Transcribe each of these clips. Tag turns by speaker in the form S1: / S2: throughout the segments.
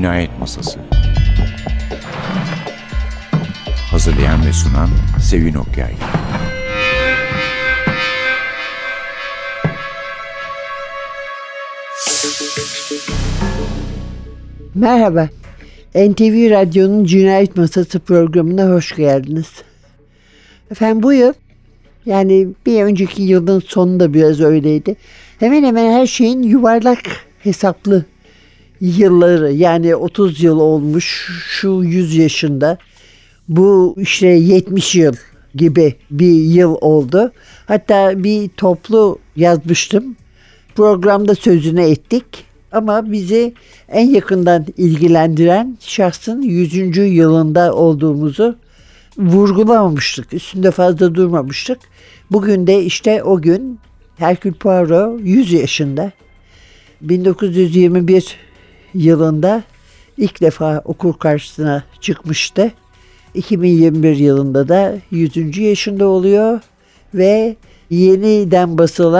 S1: Cinayet Masası. Hazırlayan ve sunan Sevin Okyay.
S2: Merhaba, NTV Radyo'nun Cinayet Masası programına hoş geldiniz. Efendim bu yıl, yani bir önceki yılın sonunda biraz öyleydi. Hemen hemen her şeyin yuvarlak hesaplı yılları, yani 30 yıl olmuş, şu 100 yaşında, bu işte 70 yıl gibi bir yıl oldu. Hatta bir toplu yazmıştım, programda sözüne ettik. Ama bizi en yakından ilgilendiren şahsın 100. yılında olduğumuzu vurgulamamıştık. Üstünde fazla durmamıştık. Bugün de işte o gün Hercule Poirot 100 yaşında. 1921 yılında ilk defa okur karşısına çıkmıştı. 2021 yılında da 100. yaşında oluyor ve yeniden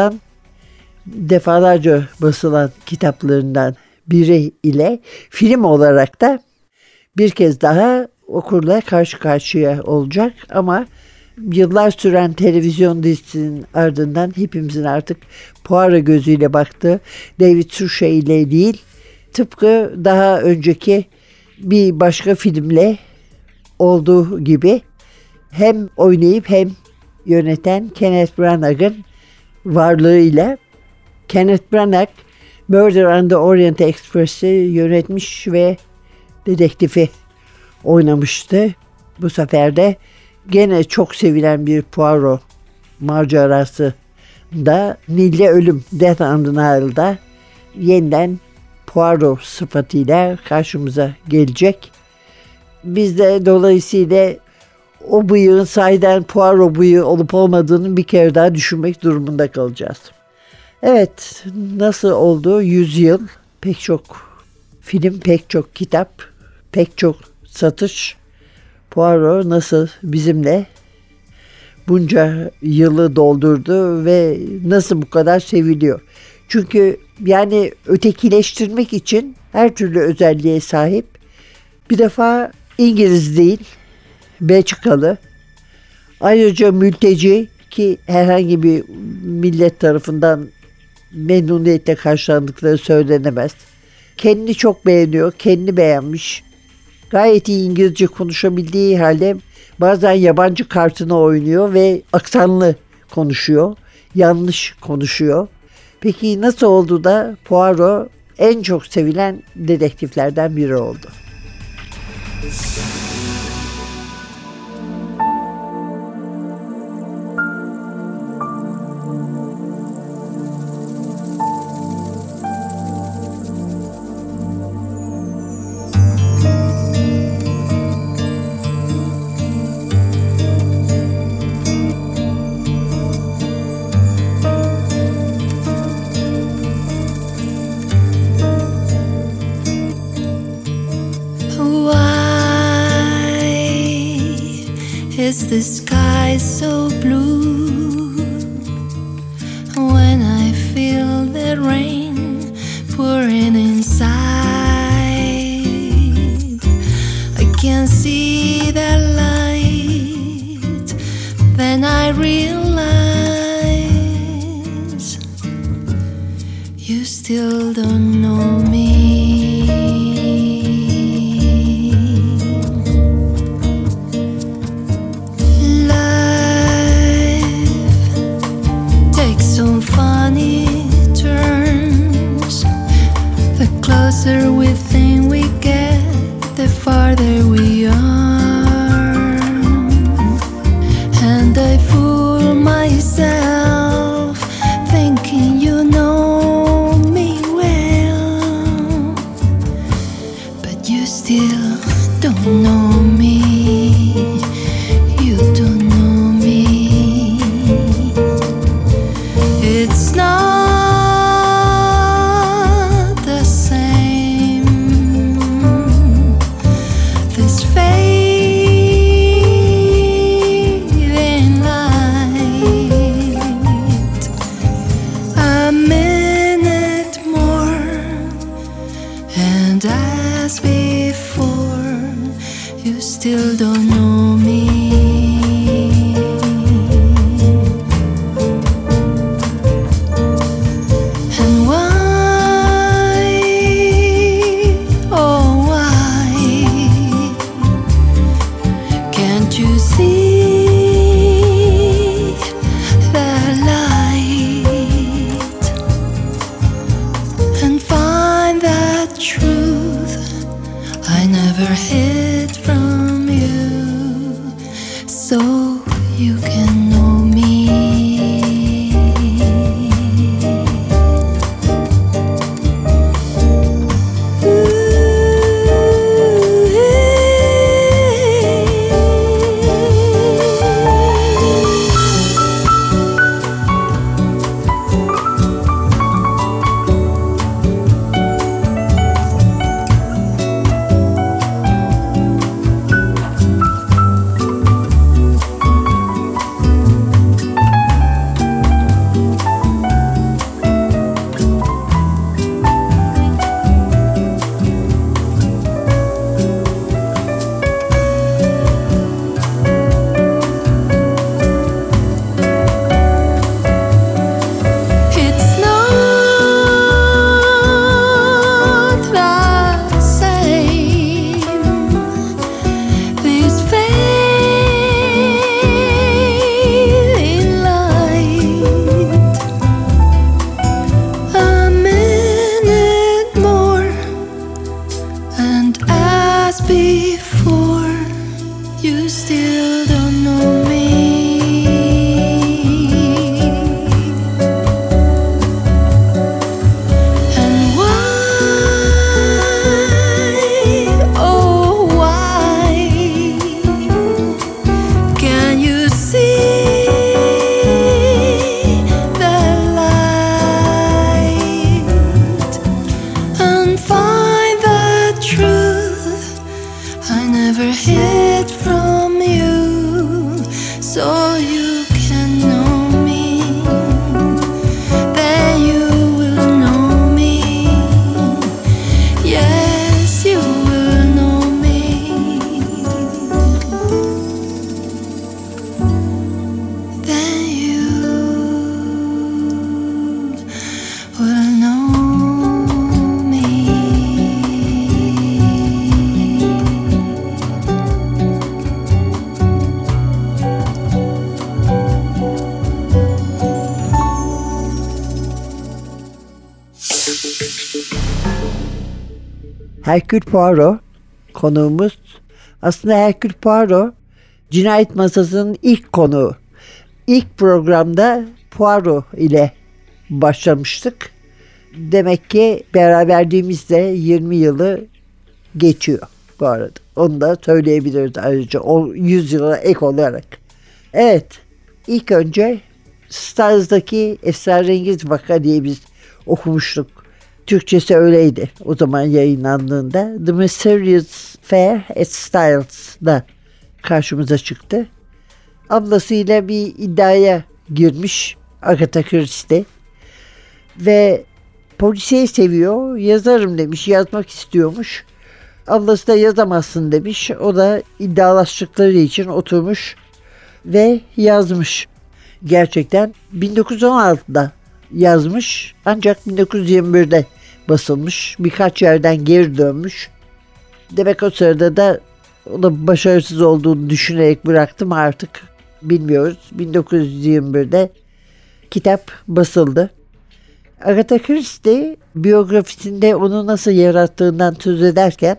S2: defalarca basılan kitaplarından biri ile film olarak da bir kez daha okurla karşı karşıya olacak. Ama yıllar süren televizyon dizisinin ardından hepimizin artık Poirot gözüyle baktığı David Suchet ile değil, tıpkı daha önceki bir başka filmle olduğu gibi hem oynayıp hem yöneten Kenneth Branagh'ın varlığıyla. Kenneth Branagh, Murder on the Orient Express'i yönetmiş ve dedektifi oynamıştı. Bu sefer de gene çok sevilen bir Poirot macerası da Nil'le Ölüm, Death on the Nile'da yeniden Poirot sıfatıyla karşımıza gelecek. Biz de dolayısıyla o bıyığın sahiden Poirot bıyığı olup olmadığını bir kere daha düşünmek durumunda kalacağız. Evet, nasıl oldu 100 yıl? Pek çok film, pek çok kitap, pek çok satış. Poirot nasıl bizimle bunca yılı doldurdu ve nasıl bu kadar seviliyor? Çünkü yani ötekileştirmek için her türlü özelliğe sahip. Bir defa İngiliz değil, Belçikalı. Ayrıca mülteci, ki herhangi bir millet tarafından memnuniyetle karşılandıkları söylenemez. Kendini çok beğeniyor, kendini beğenmiş. Gayet iyi İngilizce konuşabildiği halde bazen yabancı kartını oynuyor ve aksanlı konuşuyor, yanlış konuşuyor. Peki nasıl oldu da Poirot en çok sevilen dedektiflerden biri oldu?
S3: Is the sky so blue when I feel the rain pouring inside? I can see the light, then I realize you still don't know me. Light
S2: Hercule Poirot konuğumuz. Aslında Hercule Poirot Cinayet Masası'nın ilk konuğu. İlk programda Poirot ile başlamıştık. Demek ki beraberliğimizde 20 yılı geçiyor bu arada. Onu da söyleyebiliriz ayrıca o 100 yıla ek olarak. Evet, ilk önce Stars'daki Esrarengiz Vaka diye biz okumuştuk. Türkçesi öyleydi o zaman yayınlandığında. The Mysterious Affair at Styles'da karşımıza çıktı. Ablasıyla bir iddiaya girmiş Agatha Christie ve polisiye seviyor, yazarım demiş, yazmak istiyormuş. Ablası da yazamazsın demiş. O da iddialaştıkları için oturmuş ve yazmış. Gerçekten 1916'da yazmış ancak 1921'de basılmış. Birkaç yerden geri dönmüş. Demek o sırada da o da başarısız olduğunu düşünerek bıraktım, artık bilmiyoruz. 1921'de kitap basıldı. Agatha Christie biyografisinde onu nasıl yarattığından söz ederken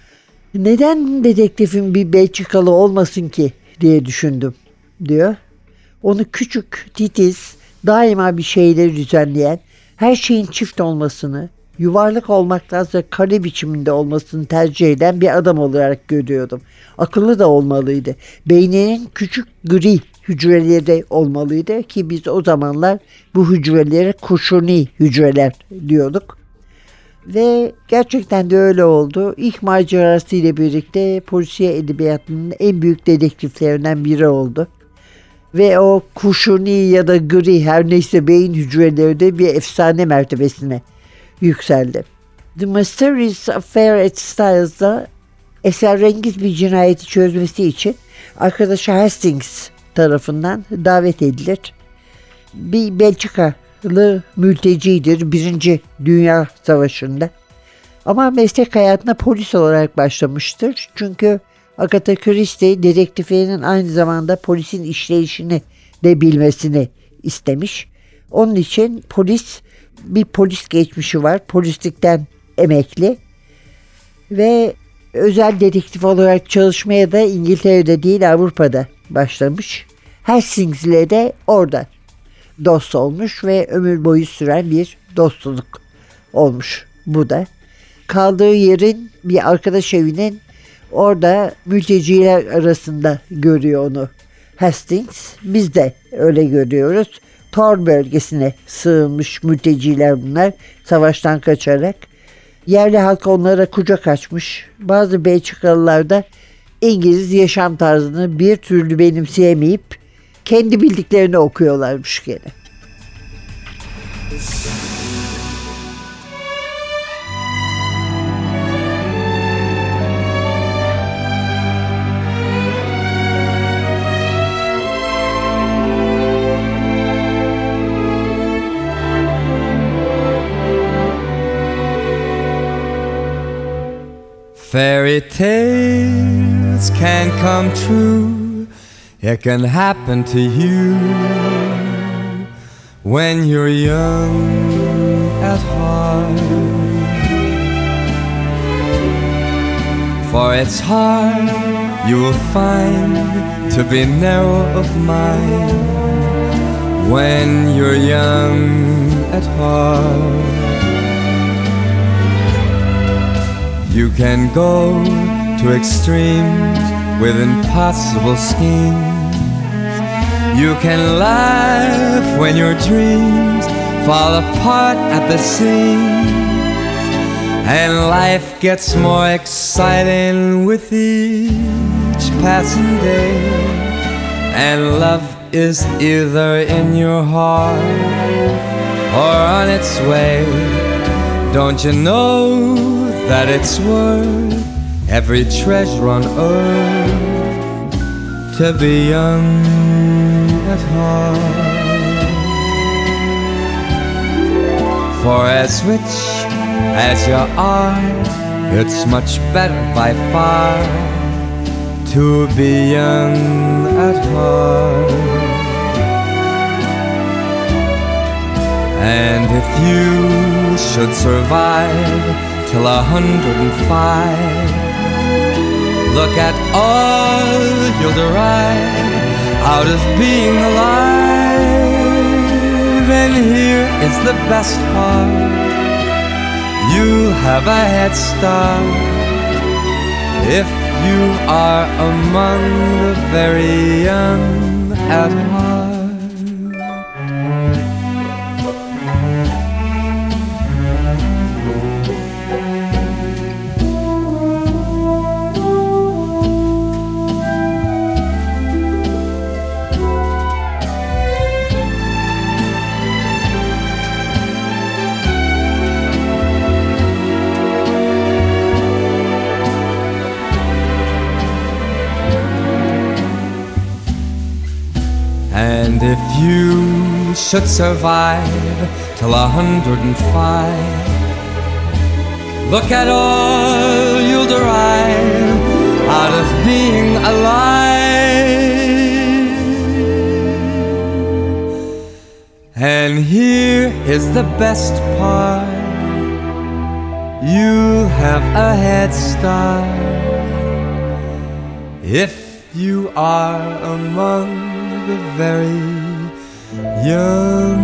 S2: neden dedektifin bir Belçikalı olmasın ki diye düşündüm diyor. Onu küçük, titiz, daima bir şeyleri düzenleyen, her şeyin çift olmasını, yuvarlak olmaktansa kare biçiminde olmasını tercih eden bir adam olarak görüyordum. Akıllı da olmalıydı. Beyninin küçük gri hücreleri olmalıydı ki biz o zamanlar bu hücrelere kurşuni hücreler diyorduk. Ve gerçekten de öyle oldu. İlk macerası ile birlikte polisiye edebiyatının en büyük dedektiflerinden biri oldu. Ve o kurşuni ya da gri her neyse beyin hücreleri de bir efsane mertebesine yükseldi. The Mysterious Affair at Styles'da esrarengiz bir cinayeti çözmesi için arkadaşı Hastings tarafından davet edilir. Bir Belçikalı mültecidir 1. Dünya Savaşı'nda. Ama meslek hayatına polis olarak başlamıştır. Çünkü Agatha Christie dedektifinin aynı zamanda polisin işleyişini de bilmesini istemiş. Onun için bir polis geçmişi var. Polislikten emekli ve özel dedektif olarak çalışmaya da İngiltere'de değil Avrupa'da başlamış. Hastings'le de orada dost olmuş ve ömür boyu süren bir dostluk olmuş bu da. Kaldığı yerin bir arkadaş evinin orada mülteciler arasında görüyor onu Hastings. Biz de öyle görüyoruz. Tor bölgesine sığınmış mülteciler bunlar, savaştan kaçarak. Yerli halk onlara kucak açmış. Bazı Belçikalılar da İngiliz yaşam tarzını bir türlü benimseyemeyip kendi bildiklerini okuyorlarmış gene.
S4: Fairy tales can come true. It can happen to you when you're young at heart. For it's hard, you will find, to be narrow of mind when you're young at heart. You can go to extremes with impossible schemes. You can laugh when your dreams fall apart at the seams. And life gets more exciting with each passing day. And love is either in your heart or on its way. Don't you know that it's worth every treasure on earth to be young at heart? For as rich as you are, it's much better by far to be young at heart. And if you should survive till 105. Look at all you'll derive out of being alive. And here is the best part, you'll have a head start if you are among the very young at heart. And if you should survive till 105, look at all you'll derive out of being alive. And here is the best part, you'll have a head start if you are among the very young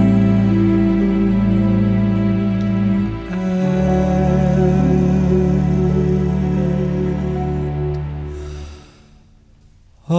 S4: at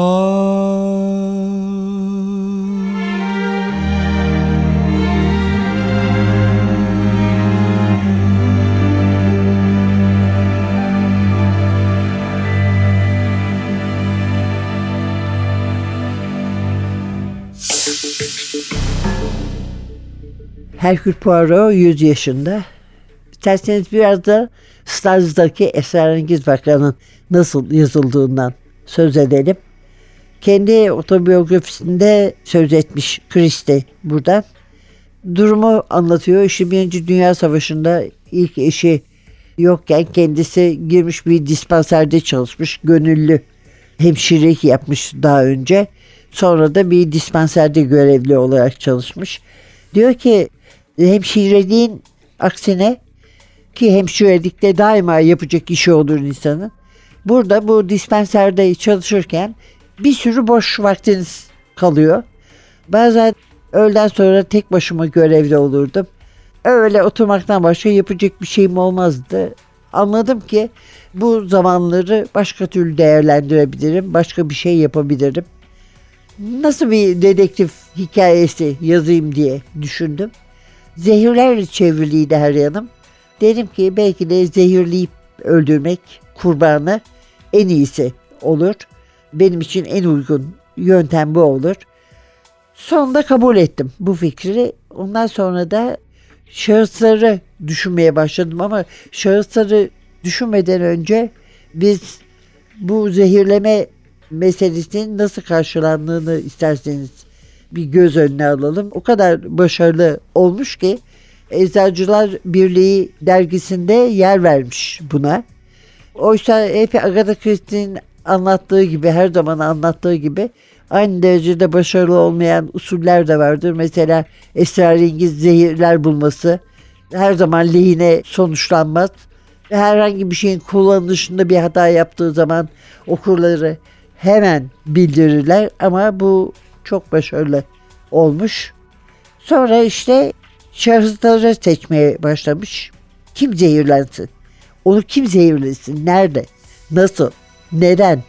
S2: Hercule Poirot 100 yaşında. İsterseniz biraz da Stars'daki esrarengiz vakanın nasıl yazıldığından söz edelim. Kendi otobiyografisinde söz etmiş Christie buradan. Durumu anlatıyor. İşte 1. Dünya Savaşı'nda ilk eşi yokken kendisi girmiş bir dispanserde çalışmış. Gönüllü hemşirelik yapmış daha önce. Sonra da bir dispanserde görevli olarak çalışmış. Diyor ki hemşireliğin aksine, ki hemşirelikte daima yapacak işi olur insanın. Burada bu dispanserde çalışırken bir sürü boş vaktiniz kalıyor. Bazen öğleden sonra tek başıma görevde olurdum. Öyle oturmaktan başka yapacak bir şeyim olmazdı. Anladım ki bu zamanları başka türlü değerlendirebilirim, başka bir şey yapabilirim. Nasıl bir dedektif hikayesi yazayım diye düşündüm. Zehirlerle çevriliydi her yanım. Dedim ki belki de zehirleyip öldürmek kurbanı en iyisi olur. Benim için en uygun yöntem bu olur. Sonunda kabul ettim bu fikri. Ondan sonra da şahısları düşünmeye başladım ama şahısları düşünmeden önce biz bu zehirleme meselesinin nasıl karşılandığını isterseniz bir göz önüne alalım. O kadar başarılı olmuş ki Eczacılar Birliği dergisinde yer vermiş buna. Oysa hep Agatha Christie'nin anlattığı gibi, her zaman anlattığı gibi aynı derecede başarılı olmayan usuller de vardır. Mesela esrarengiz zehirler bulması her zaman lehine sonuçlanmaz. Herhangi bir şeyin kullanılışında bir hata yaptığı zaman okurları hemen bildirirler ama bu çok başarılı olmuş. Sonra işte şahısları seçmeye başlamış. Kim zehirlensin? Onu kim zehirlesin? Nerede? Nasıl? Neden?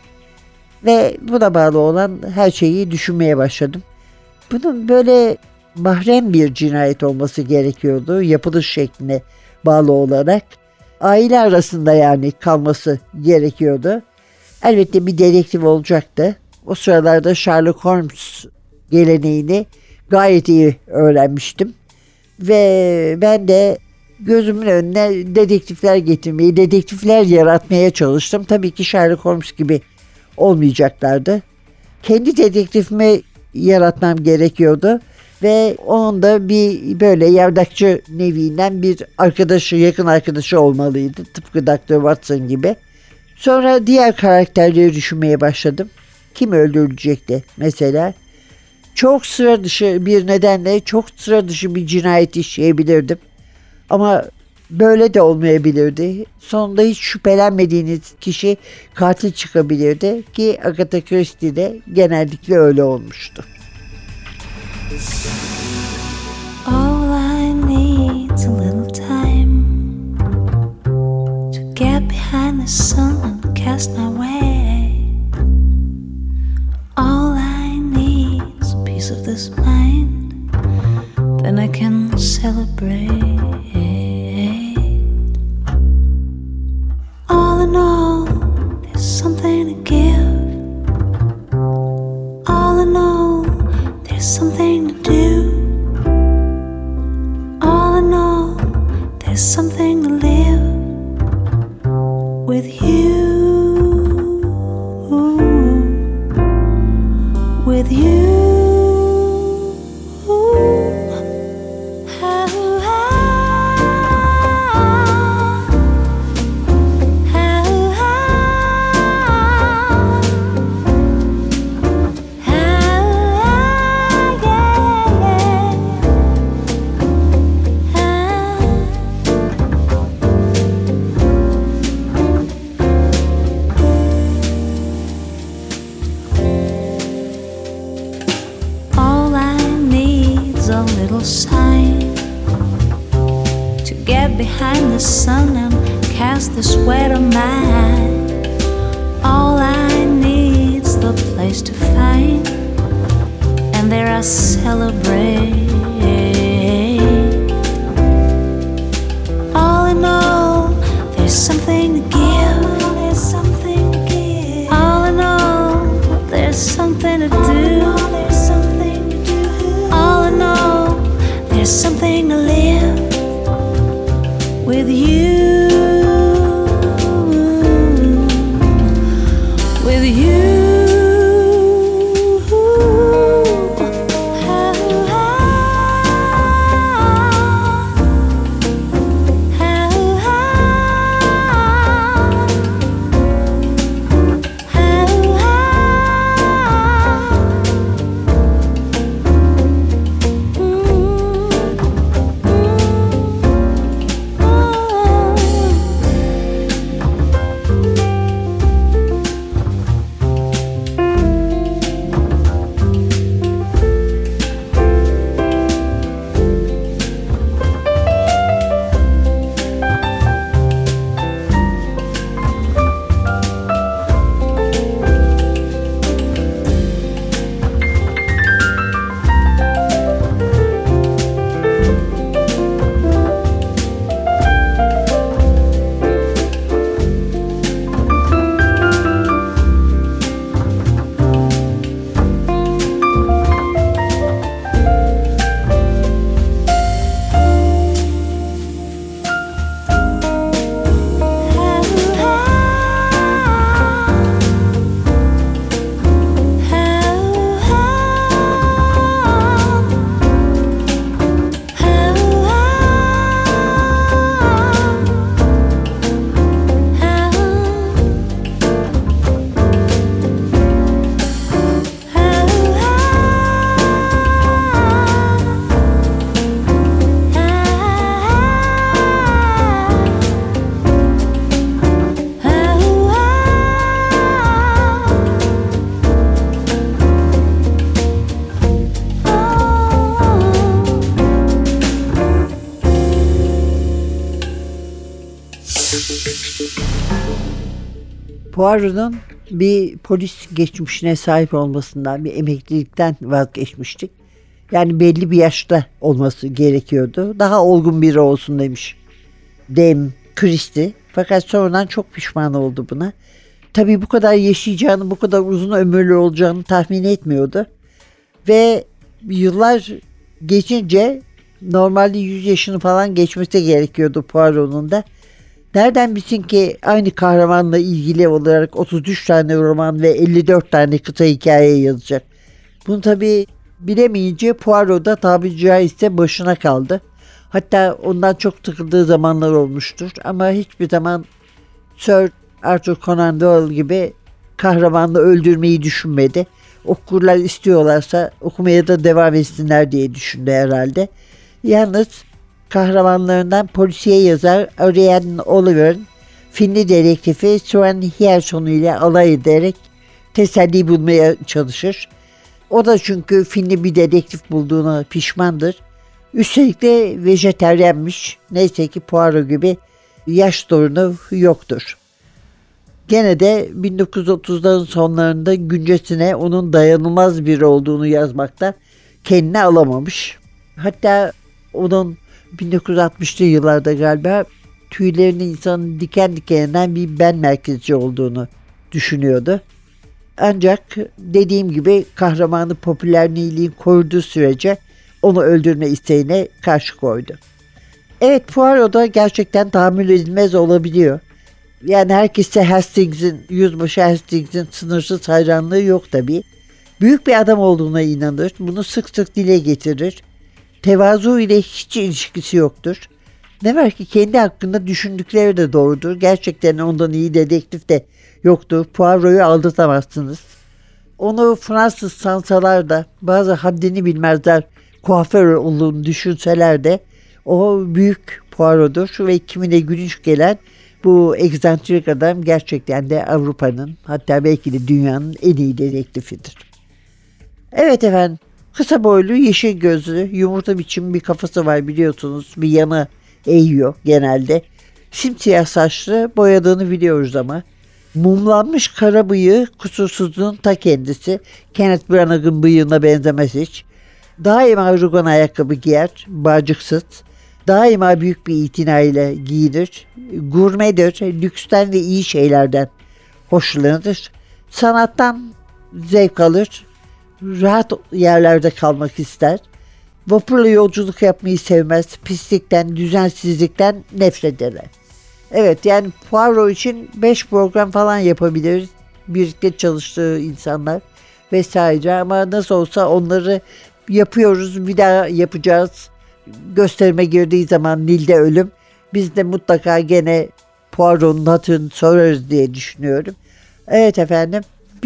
S2: Ve buna bağlı olan her şeyi düşünmeye başladım. Bunun böyle mahrem bir cinayet olması gerekiyordu. Yapılış şekline bağlı olarak. Aile arasında yani kalması gerekiyordu. Elbette bir dedektif olacaktı. O sıralarda Sherlock Holmes geleneğini gayet iyi öğrenmiştim. Ve ben de gözümün önüne dedektifler getirmeyi, dedektifler yaratmaya çalıştım. Tabii ki Sherlock Holmes gibi olmayacaklardı. Kendi dedektifimi yaratmam gerekiyordu. Ve onun da bir böyle yardakçı nevinden bir arkadaşı, yakın arkadaşı olmalıydı. Tıpkı Dr. Watson gibi. Sonra diğer karakterleri düşünmeye başladım. Kim öldürülecekti mesela? Çok sıra dışı bir nedenle çok sıra dışı bir cinayet işleyebilirdim. Ama böyle de olmayabilirdi. Sonunda hiç şüphelenmediğiniz kişi katil çıkabilirdi ki Agatha Christie'de genellikle öyle olmuştu.
S3: All I need's a little time to get behind the sun and cast my way. All I need's a piece of this mind, then I can celebrate. All in all, there's something to give. All in all, there's something to do. All in all, there's something to live with you. With you. Sign to get behind the sun and cast the sweat of mine. All I need's the place to find, and there I celebrate. All in all, there's something to give. There's something to give. All in all, there's something to do. All in all, there's something to live with you. With you.
S2: Poirot'un bir polis geçmişine sahip olmasından, bir emeklilikten vazgeçmiştik. Yani belli bir yaşta olması gerekiyordu. Daha olgun biri olsun demiş Dame Christie. Fakat sonradan çok pişman oldu buna. Tabii bu kadar yaşayacağını, bu kadar uzun ömürlü olacağını tahmin etmiyordu. Ve yıllar geçince normalde 100 yaşını falan geçmesi gerekiyordu Poirot'un da. Nereden bilsin ki aynı kahramanla ilgili olarak 33 tane roman ve 54 tane kısa hikaye yazacak. Bunu tabii bilemeyince Poirot da tabiri caizse başına kaldı. Hatta ondan çok sıkıldığı zamanlar olmuştur. Ama hiçbir zaman Sir Arthur Conan Doyle gibi kahramanı öldürmeyi düşünmedi. Okurlar istiyorlarsa okumaya da devam etsinler diye düşündü herhalde. Yalnız kahramanlarından polisiye yazar Ariane Oliver'ın Finli dedektifi Sven Hierson ile alay ederek teselli bulmaya çalışır. O da çünkü Finli bir dedektif bulduğuna pişmandır. Üstelik de vejeteryenmiş. Neyse ki Poirot gibi yaş sorunu yoktur. Gene de 1930'ların sonlarında güncesine onun dayanılmaz biri olduğunu yazmakta kendine alamamış. Hatta onun 1960'lı yıllarda galiba tüylerini insanın diken dikeninden bir ben merkezci olduğunu düşünüyordu. Ancak dediğim gibi kahramanı popülerliğini koruduğu sürece onu öldürme isteğine karşı koydu. Evet, Poirot da gerçekten tahammül edilmez olabiliyor. Yani herkese Yüzbaşı Hastings'in sınırsız hayranlığı yok tabii. Büyük bir adam olduğuna inanır. Bunu sık sık dile getirir. Tevazu ile hiç ilişkisi yoktur. Ne var ki kendi hakkında düşündükleri de doğrudur. Gerçekten ondan iyi dedektif de yoktur. Poirot'u aldatamazsınız. Onu Fransız sansalar da bazı haddini bilmezler kuaför olduğunu düşünseler de o büyük Poirot'dur ve kimine gülünç gelen bu egzantrik adam gerçekten de Avrupa'nın, hatta belki de dünyanın en iyi dedektifidir. Evet efendim, kısa boylu, yeşil gözlü, yumurta biçimi bir kafası var biliyorsunuz. Bir yana eğiyor genelde. Simsiyah saçlı, boyadığını biliyoruz ama. Mumlanmış kara bıyığı kusursuzluğun ta kendisi. Kenneth Branagh'ın bıyığına benzemez hiç. Daima rugan ayakkabı giyer, bağcıksız. Daima büyük bir itinayla giyinir. Gurmedir, lüksten ve iyi şeylerden hoşlanır. Sanattan zevk alır. Rahat yerlerde kalmak ister. Vapurla yolculuk yapmayı sevmez. Pislikten, düzensizlikten nefret eder. Evet, yani Poirot için 5 program falan yapabiliriz. Birlikte çalıştığı insanlar vesaire, ama nasıl olsa onları yapıyoruz, bir daha yapacağız. Gösterime girdiği zaman Nil'de ölüm. Biz de mutlaka gene Poirot'un hatırını sorarız diye düşünüyorum. Evet efendim,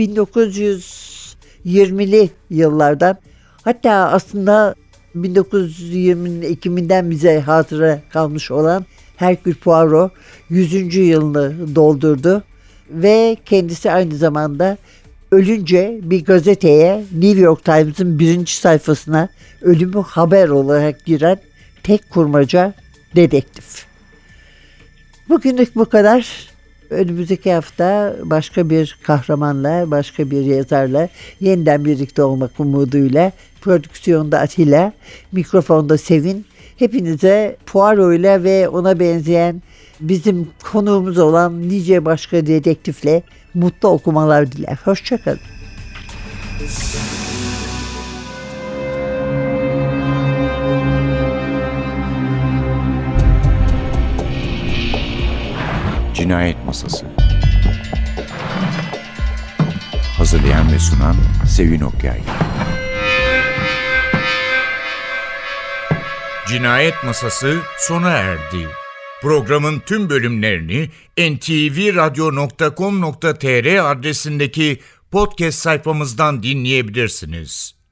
S2: 1920'li yıllardan, hatta aslında 1920'nin Ekim'inden bize hatıra kalmış olan Hercule Poirot 100. yılını doldurdu ve kendisi aynı zamanda ölünce bir gazeteye, New York Times'ın 1. sayfasına ölümü haber olarak giren tek kurmaca dedektif. Bugünlük bu kadar. Önümüzdeki hafta başka bir kahramanla, başka bir yazarla yeniden birlikte olmak umuduyla, prodüksiyonda Atilla, mikrofonda Sevin. Hepinize Poirot'la ve ona benzeyen bizim konuğumuz olan nice başka dedektifle mutlu okumalar diler. Hoşçakalın.
S1: Cinayet Masası. Hazırlayan ve sunan Sevin Okyay.
S5: Cinayet Masası sona erdi. Programın tüm bölümlerini ntvradio.com.tr adresindeki podcast sayfamızdan dinleyebilirsiniz.